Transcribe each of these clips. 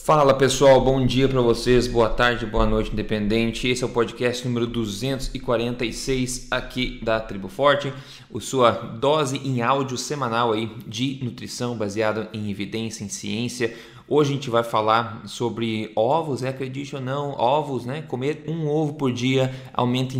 Fala pessoal, bom dia para vocês, boa tarde, boa noite independente. Esse é o podcast número 246 aqui da Tribo Forte, a sua dose em áudio semanal aí de nutrição baseada em evidência, em ciência. Hoje a gente vai falar sobre ovos, acredite ou não, ovos, né? Comer um ovo por dia aumenta em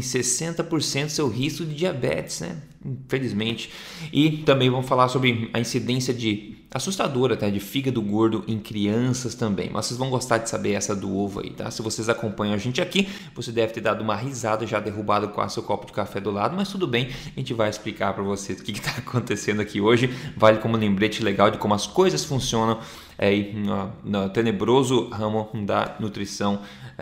60% seu risco de diabetes, né? Infelizmente. E também vamos falar sobre a incidência assustadora, tá? De fígado gordo em crianças também. Mas vocês vão gostar de saber essa do ovo aí, tá? Se vocês acompanham a gente aqui, você deve ter dado uma risada, já derrubado quase seu copo de café do lado, mas tudo bem, a gente vai explicar para vocês o que está acontecendo aqui hoje. Vale como um lembrete legal de como as coisas funcionam aí no tenebroso ramo da nutrição,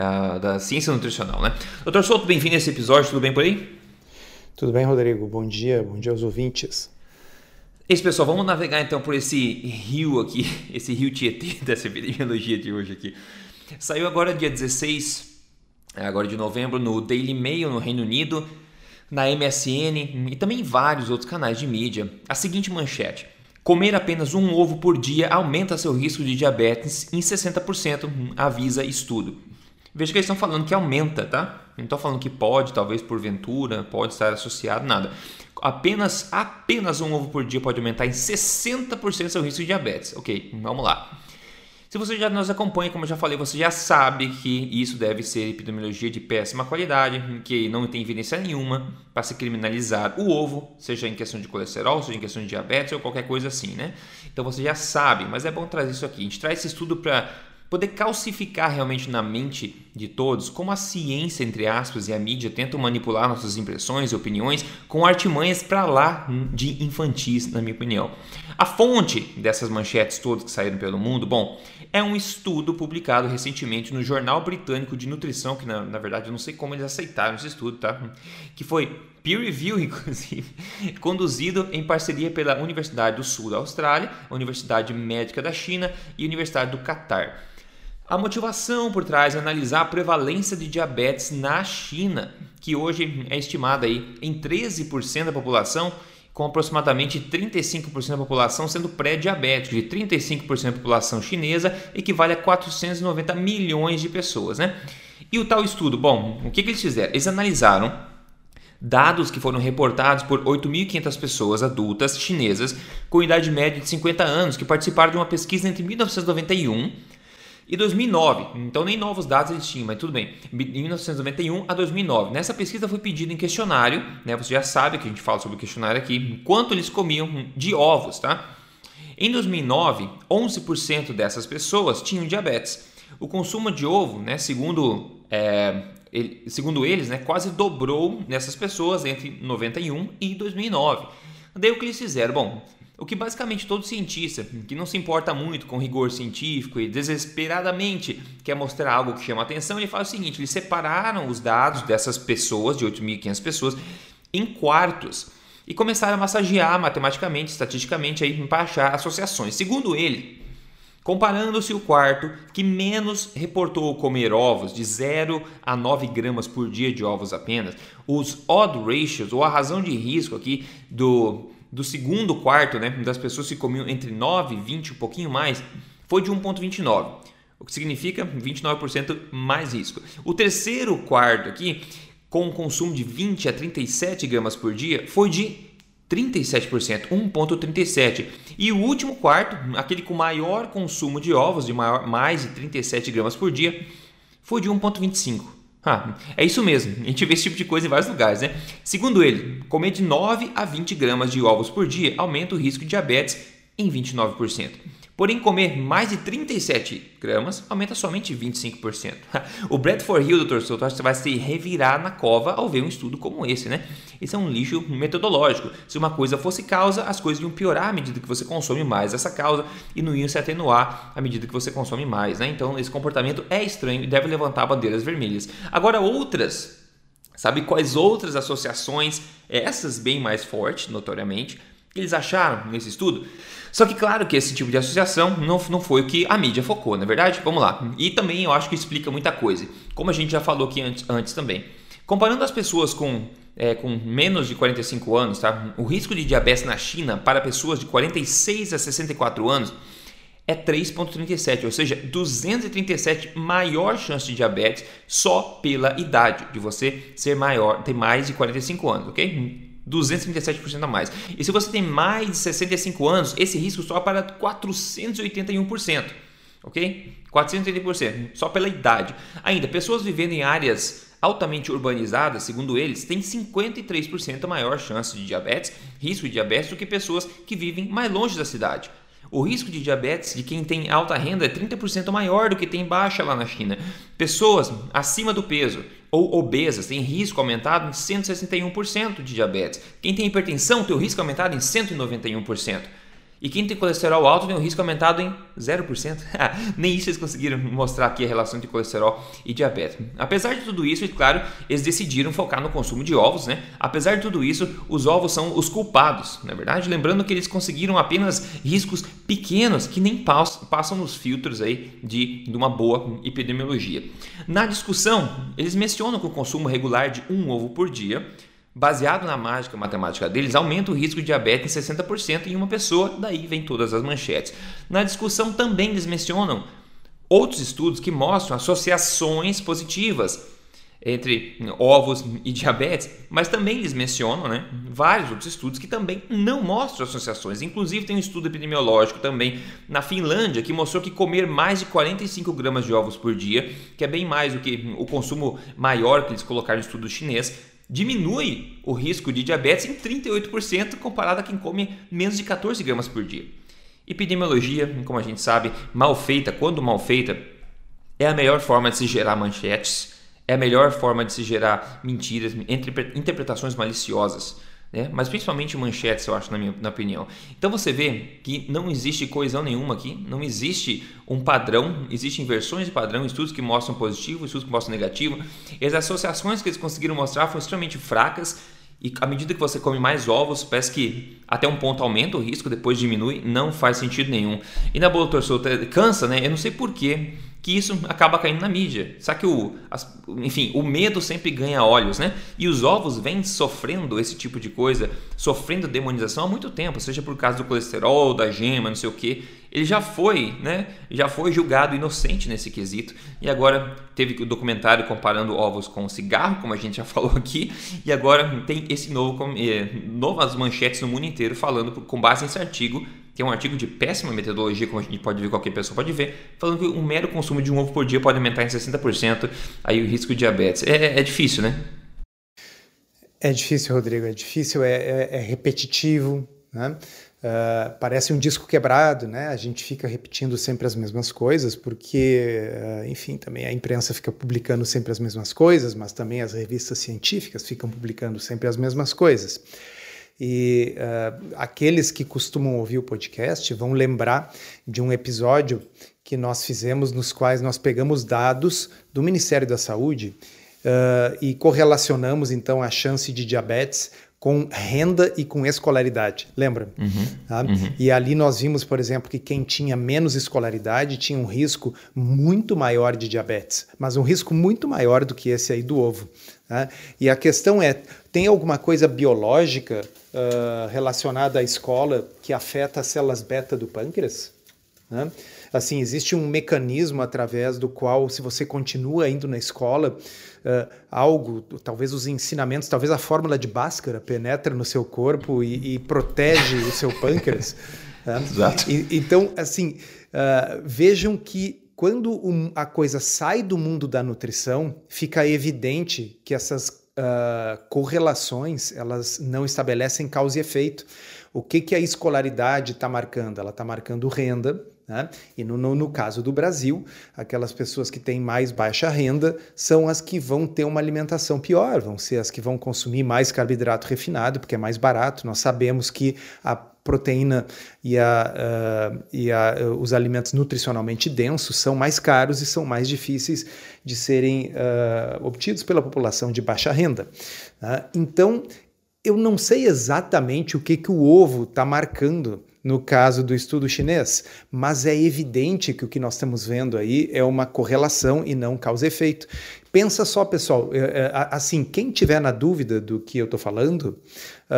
da ciência nutricional, né? Doutor Souto, bem-vindo a esse episódio, tudo bem por aí? Tudo bem, Rodrigo? Bom dia aos ouvintes. Isso, pessoal, vamos navegar então por esse rio aqui, esse rio Tietê dessa epidemiologia de hoje aqui. Saiu agora dia 16 agora de novembro no Daily Mail no Reino Unido, na MSN e também em vários outros canais de mídia, a seguinte manchete: comer apenas um ovo por dia aumenta seu risco de diabetes em 60%, avisa estudo. Veja que eles estão falando que aumenta, tá? Não estão falando que pode, talvez porventura, pode estar associado, nada. Apenas um ovo por dia pode aumentar em 60% seu risco de diabetes. Ok, vamos lá. Se você já nos acompanha, como eu já falei, você já sabe que isso deve ser epidemiologia de péssima qualidade, que não tem evidência nenhuma para se criminalizar o ovo, seja em questão de colesterol, seja em questão de diabetes ou qualquer coisa assim, né? Então você já sabe, mas é bom trazer isso aqui. A gente traz esse estudo para poder calcificar realmente na mente de todos como a ciência, entre aspas, e a mídia tentam manipular nossas impressões e opiniões com artimanhas para lá de infantis, na minha opinião. A fonte dessas manchetes todas que saíram pelo mundo, bom, é um estudo publicado recentemente no Jornal Britânico de Nutrição, que na verdade eu não sei como eles aceitaram esse estudo, tá? Que foi peer review, inclusive, conduzido em parceria pela Universidade do Sul da Austrália, a Universidade Médica da China e a Universidade do Catar. A motivação por trás é analisar a prevalência de diabetes na China, que hoje é estimada aí em 13% da população, com aproximadamente 35% da população sendo pré-diabética, de 35% da população chinesa equivale a 490 milhões de pessoas, né? E o tal estudo, bom, o que eles fizeram? Eles analisaram dados que foram reportados por 8.500 pessoas adultas chinesas com idade média de 50 anos que participaram de uma pesquisa entre 1991 e 2009, então nem novos dados eles tinham, mas tudo bem, de 1991 a 2009. Nessa pesquisa foi pedido em questionário, né? Você já sabe que a gente fala sobre o questionário aqui, quanto eles comiam de ovos, tá? Em 2009, 11% dessas pessoas tinham diabetes. O consumo de ovo, né, segundo eles, né, quase dobrou nessas pessoas entre 91 e 2009. Daí o que eles fizeram? Bom, o que basicamente todo cientista que não se importa muito com rigor científico e desesperadamente quer mostrar algo que chama atenção, ele faz o seguinte: eles separaram os dados dessas pessoas, de 8.500 pessoas, em quartos e começaram a massagear matematicamente, estatisticamente para achar associações. Segundo ele, comparando-se o quarto que menos reportou comer ovos, de 0 a 9 gramas por dia de ovos apenas, os odd ratios, ou a razão de risco aqui do segundo quarto, né, das pessoas que comiam entre 9 e 20, um pouquinho mais, foi de 1,29, o que significa 29% mais risco. O terceiro quarto aqui, com um consumo de 20 a 37 gramas por dia, foi de 37%, 1,37. E o último quarto, aquele com maior consumo de ovos, de mais de 37 gramas por dia, foi de 1,25. É isso mesmo, a gente vê esse tipo de coisa em vários lugares, né? Segundo ele, comer de 9 a 20 gramas de ovos por dia aumenta o risco de diabetes em 29%. Porém, comer mais de 37 gramas aumenta somente 25%. O Bradford Hill, Dr. Souto, acho que você vai se revirar na cova ao ver um estudo como esse, né? Esse é um lixo metodológico. Se uma coisa fosse causa, as coisas iam piorar à medida que você consome mais essa causa e não iam se atenuar à medida que você consome mais, né? Então, esse comportamento é estranho e deve levantar bandeiras vermelhas. Agora, sabe quais outras associações, essas bem mais fortes, notoriamente, eles acharam nesse estudo? Só que claro que esse tipo de associação não foi o que a mídia focou, não é verdade? Vamos lá. E também eu acho que explica muita coisa, como a gente já falou aqui antes também. Comparando as pessoas com menos de 45 anos, tá? O risco de diabetes na China para pessoas de 46 a 64 anos é 3,37, ou seja, 237 maior chance de diabetes só pela idade, de você ser maior, ter mais de 45 anos, ok? 237% a mais. E se você tem mais de 65 anos, esse risco sobe para 481%, ok? 481%, só pela idade. Ainda, pessoas vivendo em áreas altamente urbanizadas, segundo eles, têm 53% maior chance de diabetes, risco de diabetes, do que pessoas que vivem mais longe da cidade. O risco de diabetes de quem tem alta renda é 30% maior do que tem baixa lá na China. Pessoas acima do peso ou obesas têm risco aumentado em 161% de diabetes. Quem tem hipertensão tem o risco aumentado em 191%. E quem tem colesterol alto tem um risco aumentado em 0%. Nem isso eles conseguiram mostrar aqui a relação entre colesterol e diabetes. Apesar de tudo isso, claro, eles decidiram focar no consumo de ovos, né? Apesar de tudo isso, os ovos são os culpados, na verdade. Lembrando que eles conseguiram apenas riscos pequenos que nem passam nos filtros aí de uma boa epidemiologia. Na discussão, eles mencionam que o consumo regular de um ovo por dia, baseado na mágica matemática deles, aumenta o risco de diabetes em 60% em uma pessoa, daí vem todas as manchetes. Na discussão também eles mencionam outros estudos que mostram associações positivas entre ovos e diabetes, mas também eles mencionam, né, vários outros estudos que também não mostram associações. Inclusive tem um estudo epidemiológico também na Finlândia que mostrou que comer mais de 45 gramas de ovos por dia, que é bem mais do que o consumo maior que eles colocaram no estudo chinês, diminui o risco de diabetes em 38% comparado a quem come menos de 14 gramas por dia. Epidemiologia, como a gente sabe, mal feita, quando mal feita, é a melhor forma de se gerar manchetes, é a melhor forma de se gerar mentiras, interpretações maliciosas, né? Mas principalmente manchetes, eu acho, na minha opinião. Então você vê que não existe coesão nenhuma aqui, não existe um padrão, existem versões de padrão, estudos que mostram positivo, estudos que mostram negativo, e as associações que eles conseguiram mostrar foram extremamente fracas, e à medida que você come mais ovos, parece que até um ponto aumenta o risco, depois diminui, não faz sentido nenhum. E na boa, doutor Souto, cansa, né? Eu não sei porquê que isso acaba caindo na mídia. Sabe que o medo sempre ganha olhos, né? E os ovos vêm sofrendo esse tipo de coisa, sofrendo demonização há muito tempo, seja por causa do colesterol, da gema, não sei o quê. Ele já foi julgado inocente nesse quesito, e agora teve o documentário comparando ovos com cigarro, como a gente já falou aqui, e agora tem esse novas manchetes no mundo inteiro falando com base nesse artigo, que é um artigo de péssima metodologia, como a gente pode ver, qualquer pessoa pode ver, falando que um mero consumo de um ovo por dia pode aumentar em 60% aí o risco de diabetes. É difícil, né? É difícil, Rodrigo, é difícil, é repetitivo, né? Parece um disco quebrado, né? A gente fica repetindo sempre as mesmas coisas, porque, enfim, também a imprensa fica publicando sempre as mesmas coisas, mas também as revistas científicas ficam publicando sempre as mesmas coisas. E aqueles que costumam ouvir o podcast vão lembrar de um episódio que nós fizemos, nos quais nós pegamos dados do Ministério da Saúde e correlacionamos, então, a chance de diabetes com renda e com escolaridade, lembra? Tá? E ali nós vimos, por exemplo, que quem tinha menos escolaridade tinha um risco muito maior de diabetes, mas um risco muito maior do que esse aí do ovo. Tá? E a questão é, tem alguma coisa biológica relacionada à escola que afeta as células beta do pâncreas? Né? Assim, existe um mecanismo através do qual, se você continua indo na escola, talvez os ensinamentos, talvez a fórmula de Bhaskara penetra no seu corpo e protege o seu pâncreas. Exato. Então, assim, vejam que quando a coisa sai do mundo da nutrição, fica evidente que essas correlações, elas não estabelecem causa e efeito. O que a escolaridade está marcando? Ela está marcando renda, né? E no caso do Brasil, aquelas pessoas que têm mais baixa renda são as que vão ter uma alimentação pior, vão ser as que vão consumir mais carboidrato refinado, porque é mais barato. Nós sabemos que a proteína e os alimentos nutricionalmente densos são mais caros e são mais difíceis de serem obtidos pela população de baixa renda. Então, eu não sei exatamente o que o ovo está marcando no caso do estudo chinês, mas é evidente que o que nós estamos vendo aí é uma correlação e não causa e efeito. Pensa só, pessoal, assim, quem tiver na dúvida do que eu estou falando,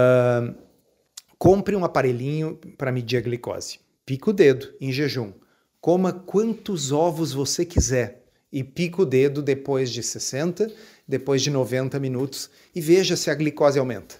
compre um aparelhinho para medir a glicose. Pica o dedo em jejum. coma quantos ovos você quiser e pica o dedo depois de 60, depois de 90 minutos e veja se a glicose aumenta.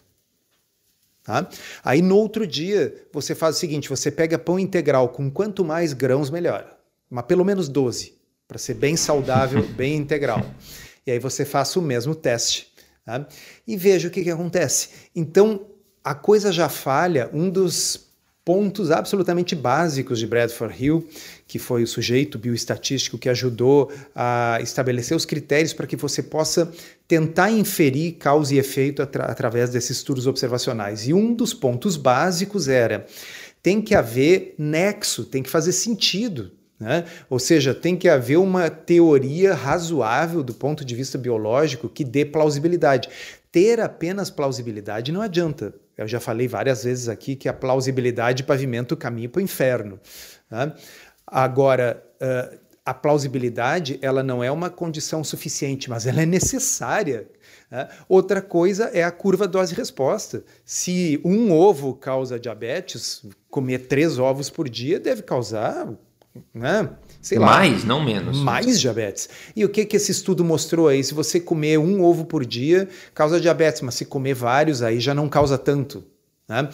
Tá? Aí no outro dia você faz o seguinte, você pega pão integral com quanto mais grãos melhor, mas pelo menos 12, para ser bem saudável, bem integral. E aí você faça o mesmo teste, tá? E veja o que acontece. Então a coisa já falha, um dos pontos absolutamente básicos de Bradford Hill, que foi o sujeito bioestatístico que ajudou a estabelecer os critérios para que você possa tentar inferir causa e efeito através desses estudos observacionais. E um dos pontos básicos era, tem que haver nexo, tem que fazer sentido, né? Ou seja, tem que haver uma teoria razoável do ponto de vista biológico que dê plausibilidade. Ter apenas plausibilidade não adianta. Eu já falei várias vezes aqui que a plausibilidade pavimenta o caminho para o inferno. Tá? Agora, a plausibilidade ela não é uma condição suficiente, mas ela é necessária. Tá? Outra coisa é a curva dose-resposta. Se um ovo causa diabetes, comer 3 ovos por dia deve causar... né? Sei lá, mais, não menos. Mais diabetes. E o que esse estudo mostrou aí? Se você comer um ovo por dia, causa diabetes, mas se comer vários, aí já não causa tanto. Né?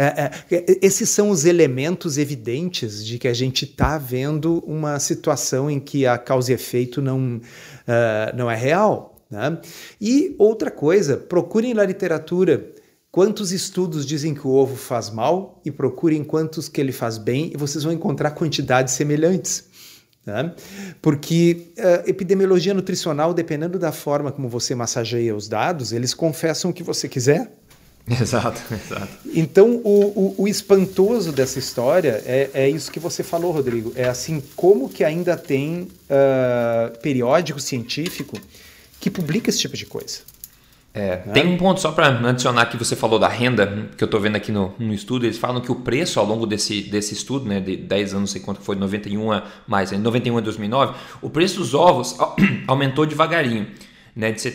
Esses são os elementos evidentes de que a gente está vendo uma situação em que a causa e efeito não é real. Né? E outra coisa, procurem na literatura quantos estudos dizem que o ovo faz mal e procurem quantos que ele faz bem e vocês vão encontrar quantidades semelhantes. Né? Porque epidemiologia nutricional, dependendo da forma como você massageia os dados, eles confessam o que você quiser. Exato, exato. Então, o espantoso dessa história é isso que você falou, Rodrigo. É assim, como que ainda tem periódico científico que publica esse tipo de coisa. Tem um ponto só para adicionar que você falou da renda, que eu estou vendo aqui no estudo, eles falam que o preço ao longo desse estudo, né, de 10 anos, não sei quanto foi, 91 a mais, 91 a 2009, o preço dos ovos aumentou devagarinho, né, de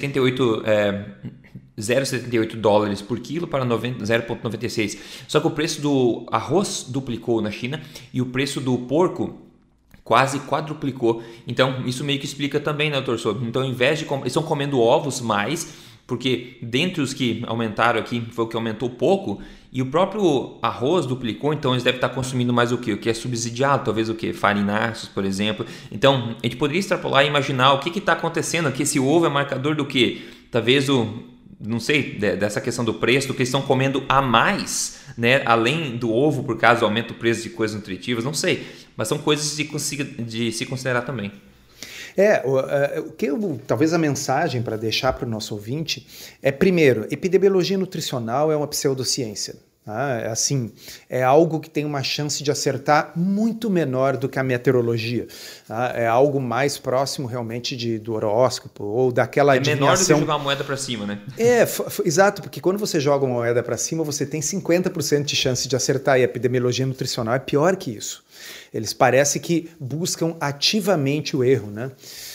0,78 dólares por quilo para 0,96. Só que o preço do arroz duplicou na China e o preço do porco quase quadruplicou. Então, isso meio que explica também, né, doutor Souto? Então, ao invés de... eles estão comendo ovos mais... porque dentre os que aumentaram aqui foi o que aumentou pouco e o próprio arroz duplicou, então eles devem estar consumindo mais o quê? O que é subsidiado, talvez o quê? Farináceos, por exemplo. Então, a gente poderia extrapolar e imaginar o que está acontecendo, que esse ovo é marcador do quê? Talvez não sei, dessa questão do preço, do que eles estão comendo a mais, né? Além do ovo, por causa do aumento do preço de coisas nutritivas, não sei. Mas são coisas de se considerar também. Talvez a mensagem para deixar para o nosso ouvinte é, primeiro, epidemiologia nutricional é uma pseudociência. Tá? Assim, é algo que tem uma chance de acertar muito menor do que a meteorologia. Tá? É algo mais próximo realmente do horóscopo ou daquela adivinhação. É menor do que jogar uma moeda para cima, né? Exato, porque quando você joga uma moeda para cima, você tem 50% de chance de acertar e a epidemiologia nutricional é pior que isso. Eles parecem que buscam ativamente o erro, né?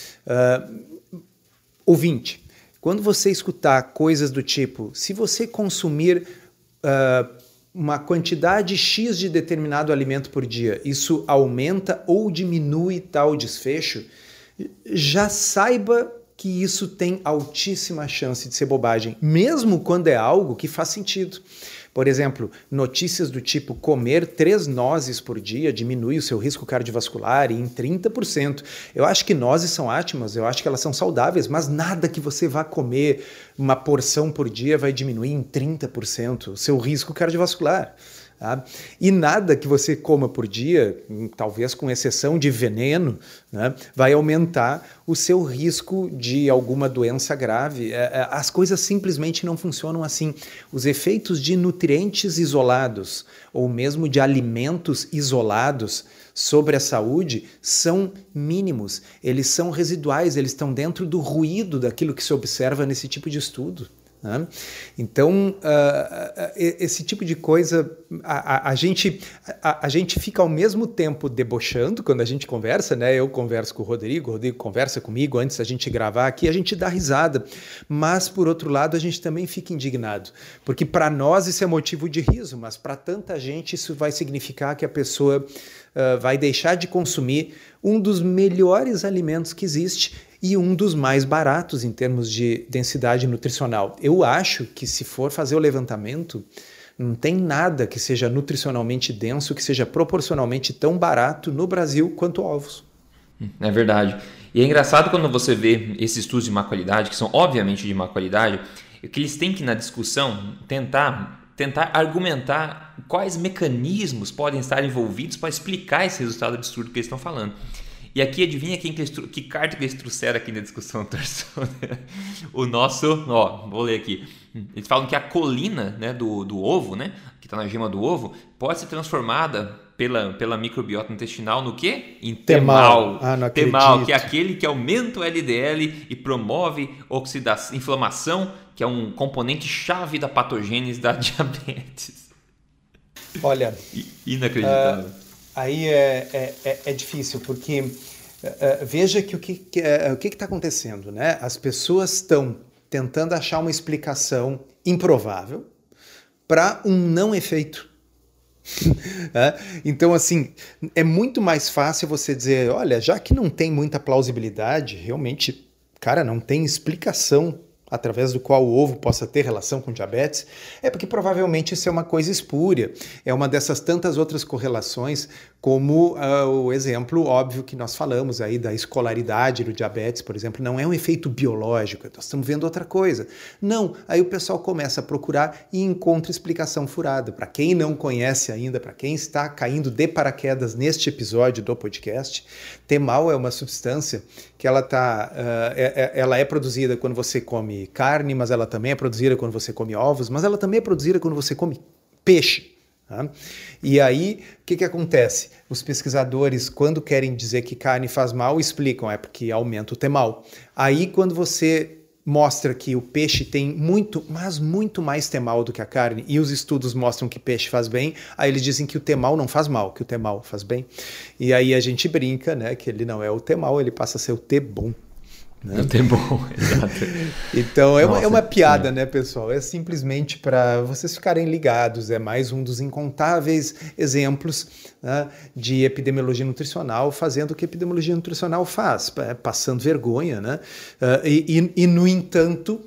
Ouvinte, quando você escutar coisas do tipo, se você consumir uma quantidade X de determinado alimento por dia, isso aumenta ou diminui tal desfecho, já saiba que isso tem altíssima chance de ser bobagem, mesmo quando é algo que faz sentido. Por exemplo, notícias do tipo comer 3 nozes por dia diminui o seu risco cardiovascular em 30%. Eu acho que nozes são ótimas, eu acho que elas são saudáveis, mas nada que você vá comer uma porção por dia vai diminuir em 30% o seu risco cardiovascular. Tá? E nada que você coma por dia, talvez com exceção de veneno, né, vai aumentar o seu risco de alguma doença grave. As coisas simplesmente não funcionam assim. Os efeitos de nutrientes isolados ou mesmo de alimentos isolados sobre a saúde são mínimos, eles são residuais, eles estão dentro do ruído daquilo que se observa nesse tipo de estudo. né? Então, esse tipo de coisa, a gente fica ao mesmo tempo debochando quando a gente conversa, né? Eu converso com o Rodrigo conversa comigo antes da gente gravar aqui, a gente dá risada, mas por outro lado a gente também fica indignado, porque para nós isso é motivo de riso, mas para tanta gente isso vai significar que a pessoa vai deixar de consumir um dos melhores alimentos que existe e um dos mais baratos em termos de densidade nutricional. Eu acho que se for fazer o levantamento, não tem nada que seja nutricionalmente denso, que seja proporcionalmente tão barato no Brasil quanto ovos. É verdade. E é engraçado quando você vê esses estudos de má qualidade, que são obviamente de má qualidade, que eles têm que, na discussão, tentar argumentar quais mecanismos podem estar envolvidos para explicar esse resultado absurdo que eles estão falando. E aqui, adivinha que carta que eles trouxeram aqui na discussão? O nosso, vou ler aqui. Eles falam que a colina, né, do ovo, né, que está na gema do ovo, pode ser transformada pela microbiota intestinal no quê? Em temal. Não temal, que é aquele que aumenta o LDL e promove inflamação, que é um componente chave da patogênese da diabetes. Olha, inacreditável. Aí é difícil, porque veja que o que está acontecendo, né? As pessoas estão tentando achar uma explicação improvável para um não efeito. Então, assim, é muito mais fácil você dizer, olha, já que não tem muita plausibilidade, realmente, cara, não tem explicação através do qual o ovo possa ter relação com diabetes, é porque provavelmente isso é uma coisa espúria, é uma dessas tantas outras correlações, como o exemplo óbvio que nós falamos aí da escolaridade do diabetes, por exemplo, não é um efeito biológico, nós estamos vendo outra coisa. Não, aí o pessoal começa a procurar e encontra explicação furada. Para quem não conhece ainda, para quem está caindo de paraquedas neste episódio do podcast, temal é uma substância que ela é produzida quando você come carne, mas ela também é produzida quando você come ovos, mas ela também é produzida quando você come peixe. Tá? E aí, o que acontece? Os pesquisadores, quando querem dizer que carne faz mal, explicam, é porque aumenta o temal. Aí, quando você mostra que o peixe tem muito, mas muito mais temal do que a carne, e os estudos mostram que peixe faz bem, aí eles dizem que o temal não faz mal, que o temal faz bem. E aí a gente brinca, né, que ele não é o temal, ele passa a ser o T-bom. Né? O T-bom, exato. Então é uma piada, né, pessoal? É simplesmente para vocês ficarem ligados, é mais um dos incontáveis exemplos, né, de epidemiologia nutricional fazendo o que a epidemiologia nutricional faz, passando vergonha, né? E no entanto,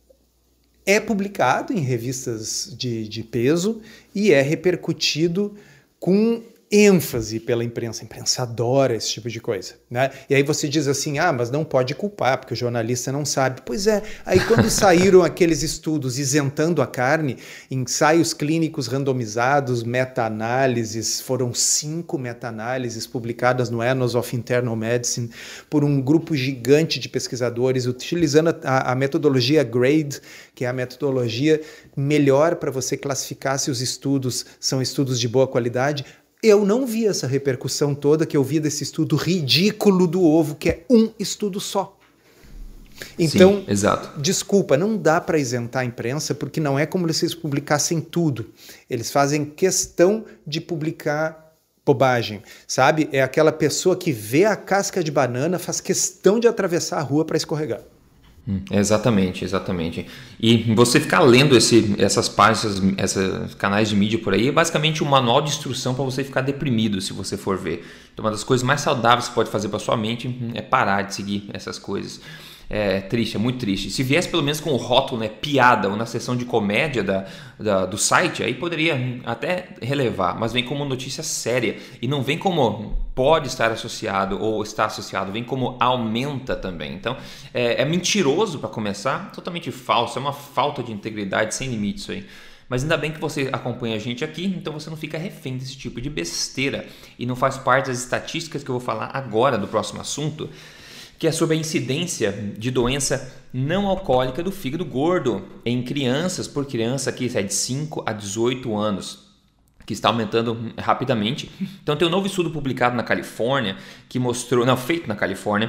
é publicado em revistas de peso e é repercutido com ênfase pela imprensa. A imprensa adora esse tipo de coisa, né? E aí você diz assim, mas não pode culpar, porque o jornalista não sabe. Pois é, aí quando saíram aqueles estudos isentando a carne, ensaios clínicos randomizados, meta-análises, foram 5 meta-análises publicadas no Annals of Internal Medicine por um grupo gigante de pesquisadores, utilizando a metodologia GRADE, que é a metodologia melhor para você classificar se os estudos são estudos de boa qualidade. Eu não vi essa repercussão toda que eu vi desse estudo ridículo do ovo, que é um estudo só. Então, sim, exato. Desculpa, não dá para isentar a imprensa, porque não é como se eles publicassem tudo. Eles fazem questão de publicar bobagem, sabe? É aquela pessoa que vê a casca de banana, faz questão de atravessar a rua para escorregar. Exatamente. E você ficar lendo essas páginas, esses canais de mídia por aí, é basicamente um manual de instrução para você ficar deprimido, se você for ver. Então, uma das coisas mais saudáveis que você pode fazer para sua mente é parar de seguir essas coisas. É triste, é muito triste. Se viesse pelo menos com o rótulo, né, piada, ou na seção de comédia do site, aí poderia até relevar, mas vem como notícia séria e não vem como pode estar associado ou está associado, vem como aumenta também. Então é mentiroso para começar, totalmente falso, é uma falta de integridade sem limite isso aí. Mas ainda bem que você acompanha a gente aqui, então você não fica refém desse tipo de besteira e não faz parte das estatísticas que eu vou falar agora do próximo assunto, que é sobre a incidência de doença não alcoólica do fígado gordo em crianças, por criança que é de 5 a 18 anos, que está aumentando rapidamente. Então tem um novo estudo publicado na Califórnia, feito na Califórnia,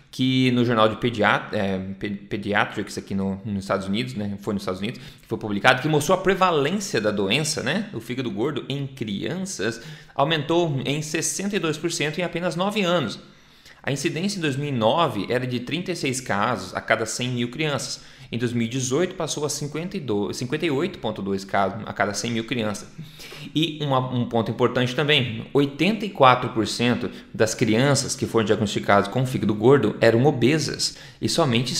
que no jornal de Pediatrics aqui nos Estados Unidos, né, foi nos Estados Unidos, que foi publicado, que mostrou a prevalência da doença, né, do fígado gordo em crianças, aumentou em 62% em apenas 9 anos. A incidência em 2009 era de 36 casos a cada 100 mil crianças. Em 2018 passou a 58,2 casos a cada 100 mil crianças. E um ponto importante também, 84% das crianças que foram diagnosticadas com fígado gordo eram obesas e somente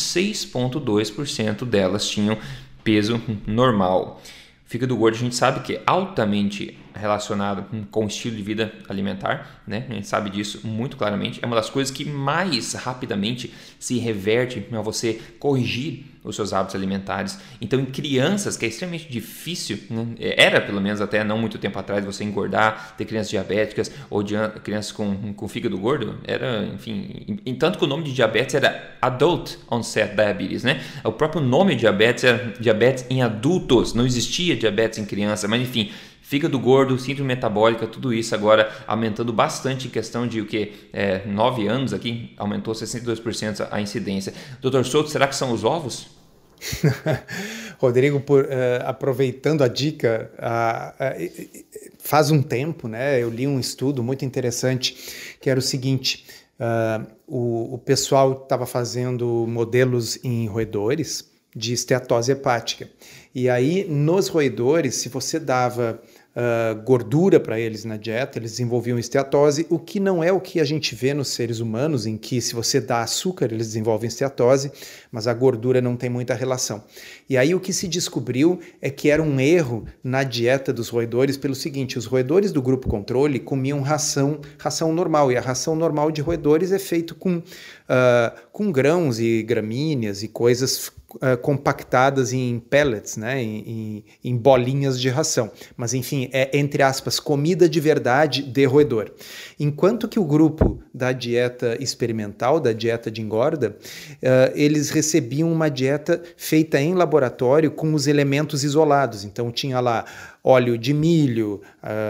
6,2% delas tinham peso normal. Fígado gordo a gente sabe que é altamente relacionado com o estilo de vida alimentar, né? A gente sabe disso muito claramente. É uma das coisas que mais rapidamente se reverte a você corrigir os seus hábitos alimentares. Então, em crianças, que é extremamente difícil, né? Era pelo menos até não muito tempo atrás, você engordar, ter crianças diabéticas ou crianças com fígado gordo, era, enfim, tanto que o nome de diabetes era Adult Onset Diabetes, né? O próprio nome de diabetes era diabetes em adultos, não existia diabetes em criança, mas enfim, fígado gordo, síndrome metabólica, tudo isso agora aumentando bastante em questão de 9 anos aqui, aumentou 62% a incidência. Dr. Souto, será que são os ovos? Rodrigo, aproveitando a dica, faz um tempo, né, eu li um estudo muito interessante que era o seguinte, o pessoal estava fazendo modelos em roedores de esteatose hepática. E aí, nos roedores, se você dava gordura para eles na dieta, eles desenvolviam esteatose, o que não é o que a gente vê nos seres humanos, em que se você dá açúcar, eles desenvolvem esteatose, mas a gordura não tem muita relação. E aí o que se descobriu é que era um erro na dieta dos roedores pelo seguinte, os roedores do grupo controle comiam ração normal, e a ração normal de roedores é feito com grãos e gramíneas e coisas compactadas em pellets, né, em bolinhas de ração. Mas, enfim, é, entre aspas, comida de verdade de roedor. Enquanto que o grupo da dieta experimental, da dieta de engorda, eles recebiam uma dieta feita em laboratório com os elementos isolados. Então, tinha lá óleo de milho,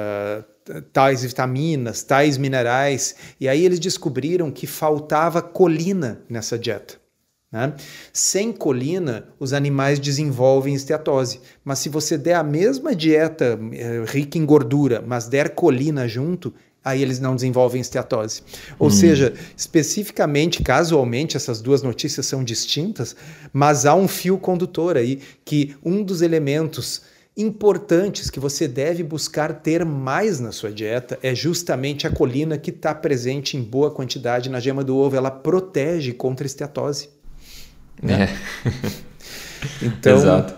tais vitaminas, tais minerais, e aí eles descobriram que faltava colina nessa dieta. Né? Sem colina, os animais desenvolvem esteatose, mas se você der a mesma dieta rica em gordura, mas der colina junto, aí eles não desenvolvem esteatose. Ou seja, especificamente, casualmente, essas duas notícias são distintas, mas há um fio condutor aí, que um dos elementos importantes que você deve buscar ter mais na sua dieta é justamente a colina, que está presente em boa quantidade na gema do ovo. Ela protege contra a esteatose. Né? Então, exato.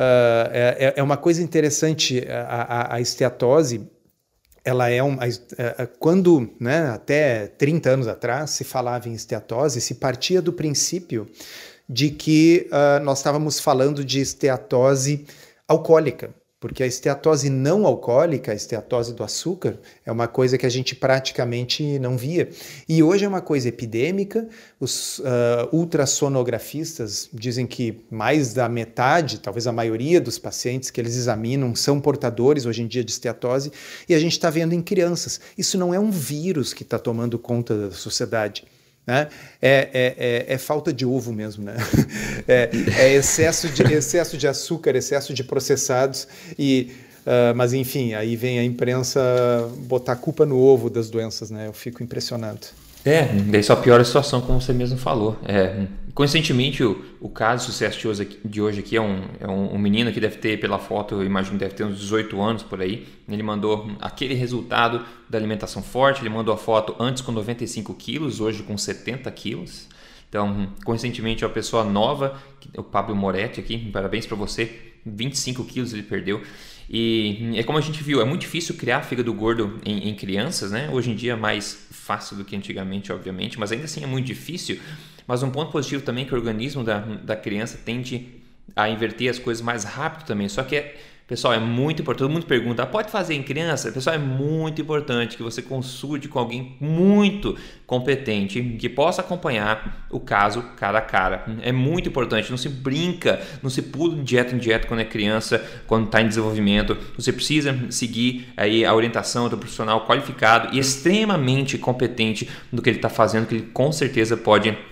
É uma coisa interessante, a esteatose, ela é quando, né, até 30 anos atrás se falava em esteatose, se partia do princípio de que nós estávamos falando de esteatose alcoólica, porque a esteatose não alcoólica, a esteatose do açúcar, é uma coisa que a gente praticamente não via. E hoje é uma coisa epidêmica, os ultrassonografistas dizem que mais da metade, talvez a maioria dos pacientes que eles examinam são portadores hoje em dia de esteatose, e a gente está vendo em crianças. Isso não é um vírus que está tomando conta da sociedade. Né? É falta de ovo mesmo, né? É excesso de açúcar, excesso de processados, mas enfim, aí vem a imprensa botar a culpa no ovo das doenças, né? Eu fico impressionado. Daí só piora a situação, como você mesmo falou. Coincidentemente, o caso de sucesso de hoje aqui é um menino que deve ter, pela foto, eu imagino que deve ter uns 18 anos por aí. Ele mandou aquele resultado da alimentação forte, ele mandou a foto antes com 95 quilos, hoje com 70 quilos. Então, coincidentemente, é uma pessoa nova, o Pablo Moretti aqui, parabéns para você, 25 quilos ele perdeu. E é como a gente viu, é muito difícil criar fígado gordo em crianças, né? Hoje em dia é mais fácil do que antigamente, obviamente, mas ainda assim é muito difícil. Mas um ponto positivo também é que o organismo da criança tende a inverter as coisas mais rápido também. Só que, pessoal, é muito importante. Todo mundo pergunta, pode fazer em criança? Pessoal, é muito importante que você consulte com alguém muito competente, que possa acompanhar o caso cara a cara. É muito importante. Não se brinca, não se pula de dieta em dieta quando é criança, quando está em desenvolvimento. Você precisa seguir aí a orientação do profissional qualificado e extremamente competente no que ele está fazendo, que ele com certeza pode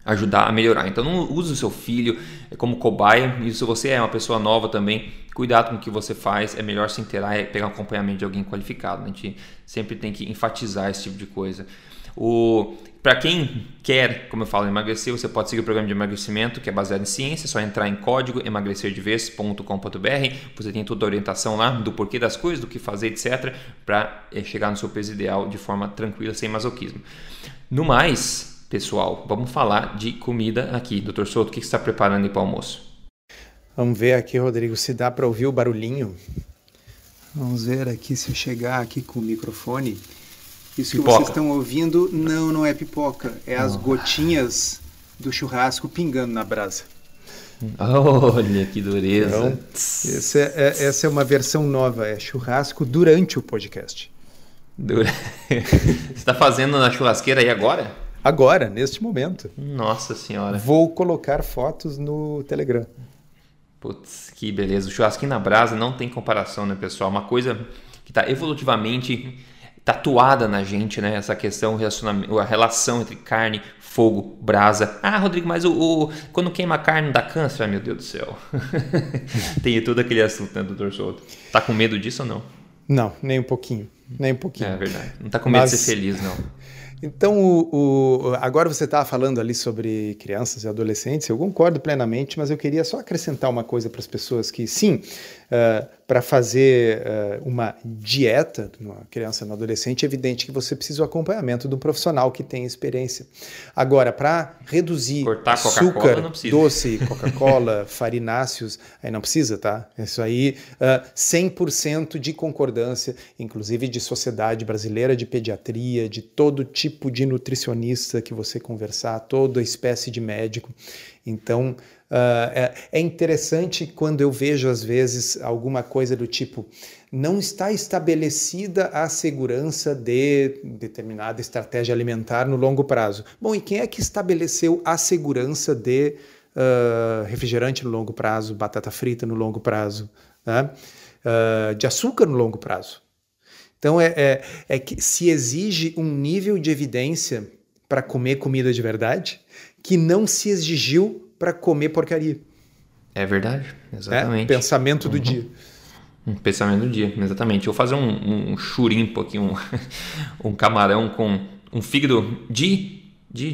ajudar a melhorar. Então não use o seu filho como cobaia, e se você é uma pessoa nova também, cuidado com o que você faz, é melhor se inteirar e pegar um acompanhamento de alguém qualificado. A gente sempre tem que enfatizar esse tipo de coisa. Para quem quer, como eu falo, emagrecer, você pode seguir o programa de emagrecimento que é baseado em ciência, é só entrar em código emagrecerdevez.com.br, você tem toda a orientação lá do porquê das coisas, do que fazer, etc, para chegar no seu peso ideal de forma tranquila, sem masoquismo. No mais, pessoal, vamos falar de comida aqui. Dr. Souto, o que você está preparando aí para o almoço? Vamos ver aqui, Rodrigo, se dá para ouvir o barulhinho. Vamos ver aqui se eu chegar aqui com o microfone. Isso pipoca. Que vocês estão ouvindo não é pipoca, é as gotinhas do churrasco pingando na brasa. Olha que dureza. Então, essa é uma versão nova, é churrasco durante o podcast. Você está fazendo na churrasqueira aí agora? Agora, neste momento. Nossa Senhora. Vou colocar fotos no Telegram. Putz, que beleza. O churrasquinho na brasa não tem comparação, né, pessoal? Uma coisa que está evolutivamente tatuada na gente, né? Essa questão, a relação entre carne, fogo, brasa. Ah, Rodrigo, mas quando queima a carne não dá câncer? Ai, meu Deus do céu. Tem todo aquele assunto, né, Dr. Souto? Tá com medo disso ou não? Não, nem um pouquinho. Nem um pouquinho. É verdade. Não tá com medo de ser feliz, não. Então, agora você estava falando ali sobre crianças e adolescentes, eu concordo plenamente, mas eu queria só acrescentar uma coisa para as pessoas que, sim, para fazer uma dieta de uma criança e um adolescente, é evidente que você precisa do acompanhamento de um profissional que tem experiência. Agora, para reduzir açúcar, doce, Coca-Cola, farináceos, aí não precisa, tá? Isso aí, 100% de concordância, inclusive de Sociedade Brasileira de Pediatria, de todo tipo de nutricionista que você conversar, toda espécie de médico. Então, é interessante quando eu vejo, às vezes, alguma coisa do tipo, não está estabelecida a segurança de determinada estratégia alimentar no longo prazo. Bom, e quem é que estabeleceu a segurança de refrigerante no longo prazo, batata frita no longo prazo, né? De açúcar no longo prazo? Então, é que se exige um nível de evidência para comer comida de verdade que não se exigiu para comer porcaria. É verdade, exatamente. Pensamento do dia. Pensamento do dia, exatamente. Eu vou fazer um churimpo aqui, um camarão com um fígado de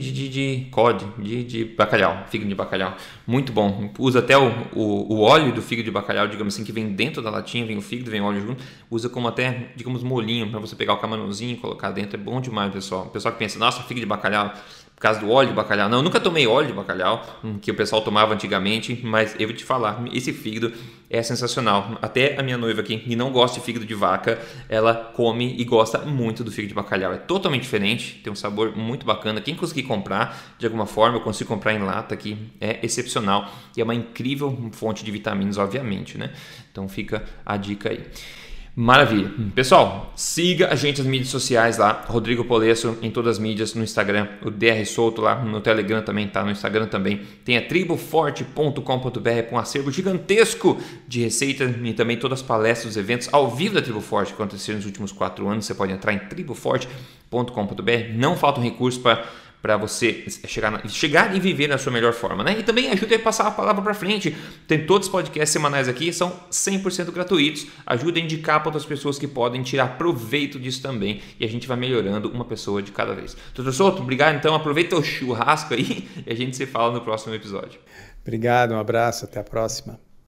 cod, de bacalhau, fígado de bacalhau. Muito bom. Usa até o óleo do fígado de bacalhau, digamos assim, que vem dentro da latinha, vem o fígado, vem o óleo junto. Usa como até, digamos, molhinho para você pegar o camarãozinho e colocar dentro. É bom demais, pessoal. O pessoal que pensa, nossa, fígado de bacalhau, por causa do óleo de bacalhau. Não, eu nunca tomei óleo de bacalhau, que o pessoal tomava antigamente, mas eu vou te falar, esse fígado é sensacional. Até a minha noiva aqui, que não gosta de fígado de vaca, ela come e gosta muito do fígado de bacalhau. É totalmente diferente, tem um sabor muito bacana. Quem conseguir comprar, de alguma forma, eu consigo comprar em lata aqui, é excepcional. E é uma incrível fonte de vitaminas, obviamente, né? Então fica a dica aí. Maravilha. Pessoal, siga a gente nas mídias sociais lá, Rodrigo Polesso em todas as mídias, no Instagram, o DR Souto lá no Telegram também, tá? No Instagram também. Tem a triboforte.com.br com um acervo gigantesco de receitas e também todas as palestras, os eventos ao vivo da Tribo Forte que aconteceram nos últimos 4 anos. Você pode entrar em triboforte.com.br. Não faltam recursos para você chegar e viver na sua melhor forma, né? E também ajude a passar a palavra para frente. Tem todos os podcasts semanais aqui, são 100% gratuitos. Ajude a indicar para outras pessoas que podem tirar proveito disso também. E a gente vai melhorando uma pessoa de cada vez. Dr. Souto, obrigado. Então, aproveita o churrasco aí e a gente se fala no próximo episódio. Obrigado, um abraço, até a próxima.